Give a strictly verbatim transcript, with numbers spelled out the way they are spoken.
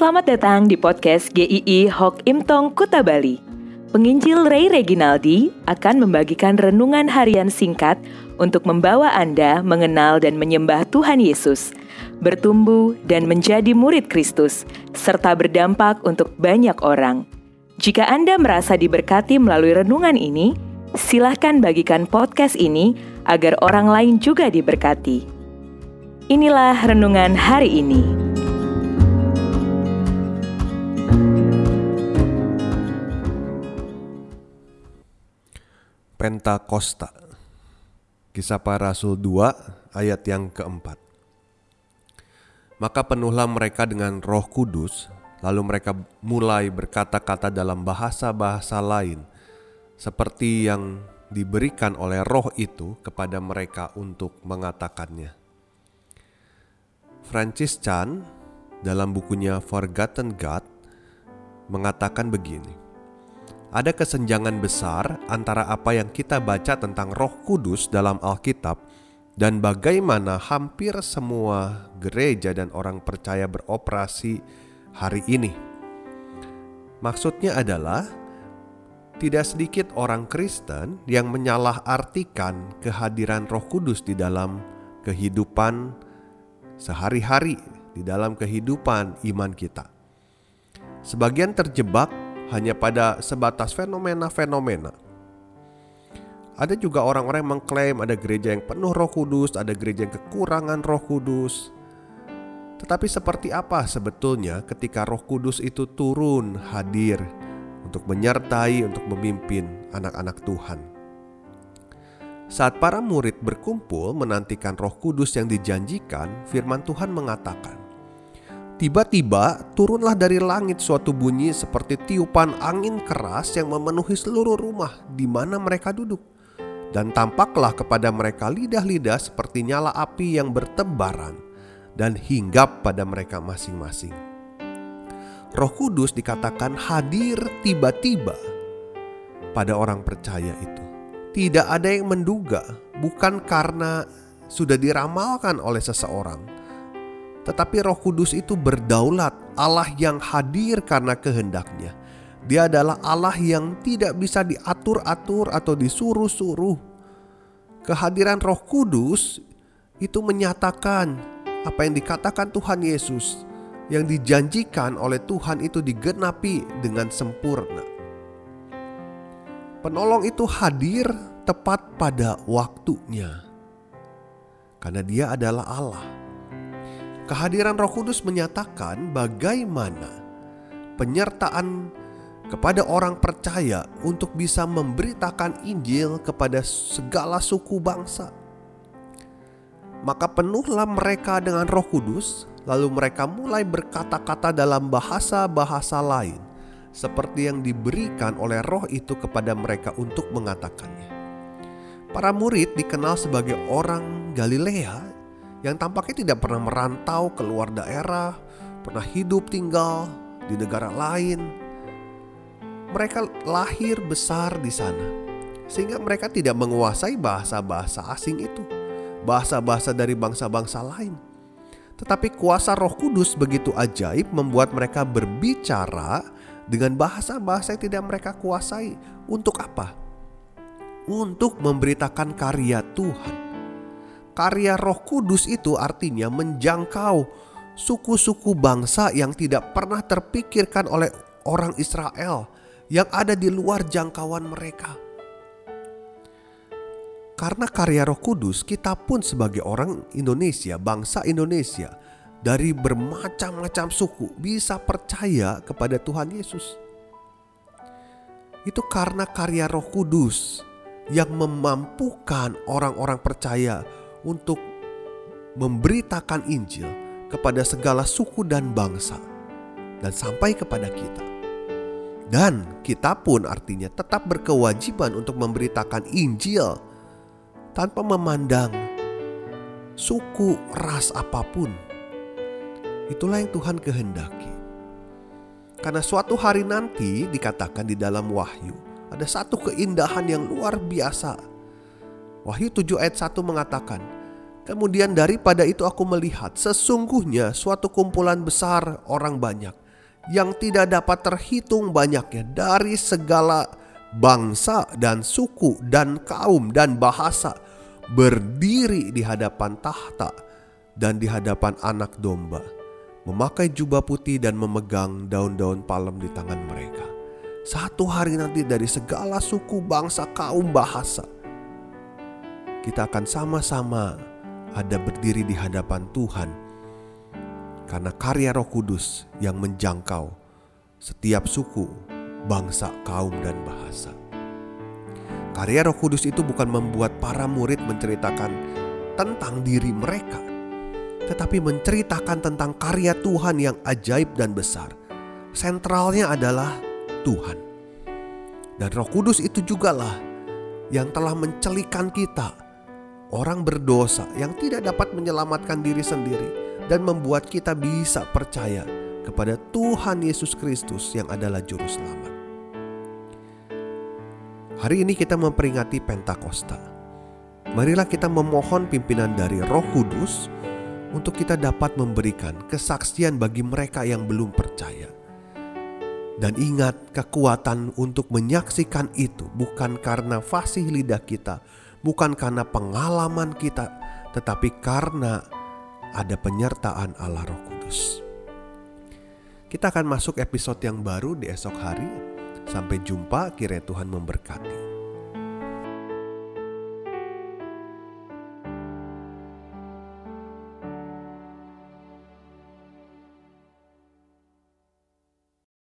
Selamat datang di podcast G I I Hok Imtong Kuta Bali. Penginjil Ray Reginaldi akan membagikan renungan harian singkat untuk membawa Anda mengenal dan menyembah Tuhan Yesus, bertumbuh dan menjadi murid Kristus, serta berdampak untuk banyak orang. Jika Anda merasa diberkati melalui renungan ini, silahkan bagikan podcast ini agar orang lain juga diberkati. Inilah renungan hari ini. Pentakosta, Kisah Para Rasul dua ayat yang keempat. Maka penuhlah mereka dengan Roh Kudus, lalu mereka mulai berkata-kata dalam bahasa-bahasa lain, seperti yang diberikan oleh Roh itu kepada mereka untuk mengatakannya. Francis Chan dalam bukunya Forgotten God mengatakan begini: ada kesenjangan besar antara apa yang kita baca tentang Roh Kudus dalam Alkitab dan bagaimana hampir semua gereja dan orang percaya beroperasi hari ini. Maksudnya adalah, tidak sedikit orang Kristen yang menyalahartikan kehadiran Roh Kudus di dalam kehidupan sehari-hari, di dalam kehidupan iman kita. Sebagian terjebak hanya pada sebatas fenomena-fenomena. Ada juga orang-orang yang mengklaim ada gereja yang penuh Roh Kudus, ada gereja yang kekurangan Roh Kudus. Tetapi seperti apa sebetulnya ketika Roh Kudus itu turun hadir untuk menyertai, untuk memimpin anak-anak Tuhan? Saat para murid berkumpul menantikan Roh Kudus yang dijanjikan, firman Tuhan mengatakan, tiba-tiba turunlah dari langit suatu bunyi seperti tiupan angin keras yang memenuhi seluruh rumah di mana mereka duduk. Dan tampaklah kepada mereka lidah-lidah seperti nyala api yang bertebaran dan hinggap pada mereka masing-masing. Roh Kudus dikatakan hadir tiba-tiba pada orang percaya itu. Tidak ada yang menduga, bukan karena sudah diramalkan oleh seseorang, tetapi Roh Kudus itu berdaulat, Allah yang hadir karena kehendaknya. Dia adalah Allah yang tidak bisa diatur-atur atau disuruh-suruh. Kehadiran Roh Kudus itu menyatakan apa yang dikatakan Tuhan Yesus, yang dijanjikan oleh Tuhan itu digenapi dengan sempurna. Penolong itu hadir tepat pada waktunya, karena Dia adalah Allah. Kehadiran Roh Kudus menyatakan bagaimana penyertaan kepada orang percaya untuk bisa memberitakan Injil kepada segala suku bangsa. Maka penuhlah mereka dengan Roh Kudus, lalu mereka mulai berkata-kata dalam bahasa-bahasa lain, seperti yang diberikan oleh Roh itu kepada mereka untuk mengatakannya. Para murid dikenal sebagai orang Galilea yang tampaknya tidak pernah merantau keluar daerah, pernah hidup tinggal di negara lain. Mereka lahir besar di sana, sehingga mereka tidak menguasai bahasa-bahasa asing itu, bahasa-bahasa dari bangsa-bangsa lain. Tetapi kuasa Roh Kudus begitu ajaib membuat mereka berbicara dengan bahasa-bahasa yang tidak mereka kuasai. Untuk apa? Untuk memberitakan karya Tuhan. Karya Roh Kudus itu artinya menjangkau suku-suku bangsa yang tidak pernah terpikirkan oleh orang Israel, yang ada di luar jangkauan mereka. Karena karya Roh Kudus, kita pun sebagai orang Indonesia, bangsa Indonesia, dari bermacam-macam suku bisa percaya kepada Tuhan Yesus. Itu karena karya Roh Kudus yang memampukan orang-orang percaya untuk memberitakan Injil kepada segala suku dan bangsa, dan sampai kepada kita. Dan kita pun artinya tetap berkewajiban untuk memberitakan Injil tanpa memandang suku, ras apapun. Itulah yang Tuhan kehendaki. Karena suatu hari nanti dikatakan di dalam Wahyu, ada satu keindahan yang luar biasa. Wahyu tujuh ayat satu mengatakan, kemudian daripada itu aku melihat sesungguhnya suatu kumpulan besar orang banyak yang tidak dapat terhitung banyaknya dari segala bangsa dan suku dan kaum dan bahasa berdiri di hadapan tahta dan di hadapan Anak Domba, memakai jubah putih dan memegang daun-daun palem di tangan mereka. Satu hari nanti dari segala suku, bangsa, kaum, bahasa, kita akan sama-sama ada berdiri di hadapan Tuhan karena karya Roh Kudus yang menjangkau setiap suku, bangsa, kaum, dan bahasa. Karya Roh Kudus itu bukan membuat para murid menceritakan tentang diri mereka, tetapi menceritakan tentang karya Tuhan yang ajaib dan besar. Sentralnya adalah Tuhan. Dan Roh Kudus itu jugalah yang telah mencelikan kita, orang berdosa yang tidak dapat menyelamatkan diri sendiri, dan membuat kita bisa percaya kepada Tuhan Yesus Kristus yang adalah Juru Selamat. Hari ini kita memperingati Pentakosta. Marilah kita memohon pimpinan dari Roh Kudus untuk kita dapat memberikan kesaksian bagi mereka yang belum percaya. Dan ingat, kekuatan untuk menyaksikan itu bukan karena fasih lidah kita, bukan karena pengalaman kita, tetapi karena ada penyertaan Allah Roh Kudus. Kita akan masuk episode yang baru di esok hari. Sampai jumpa, kiranya Tuhan memberkati.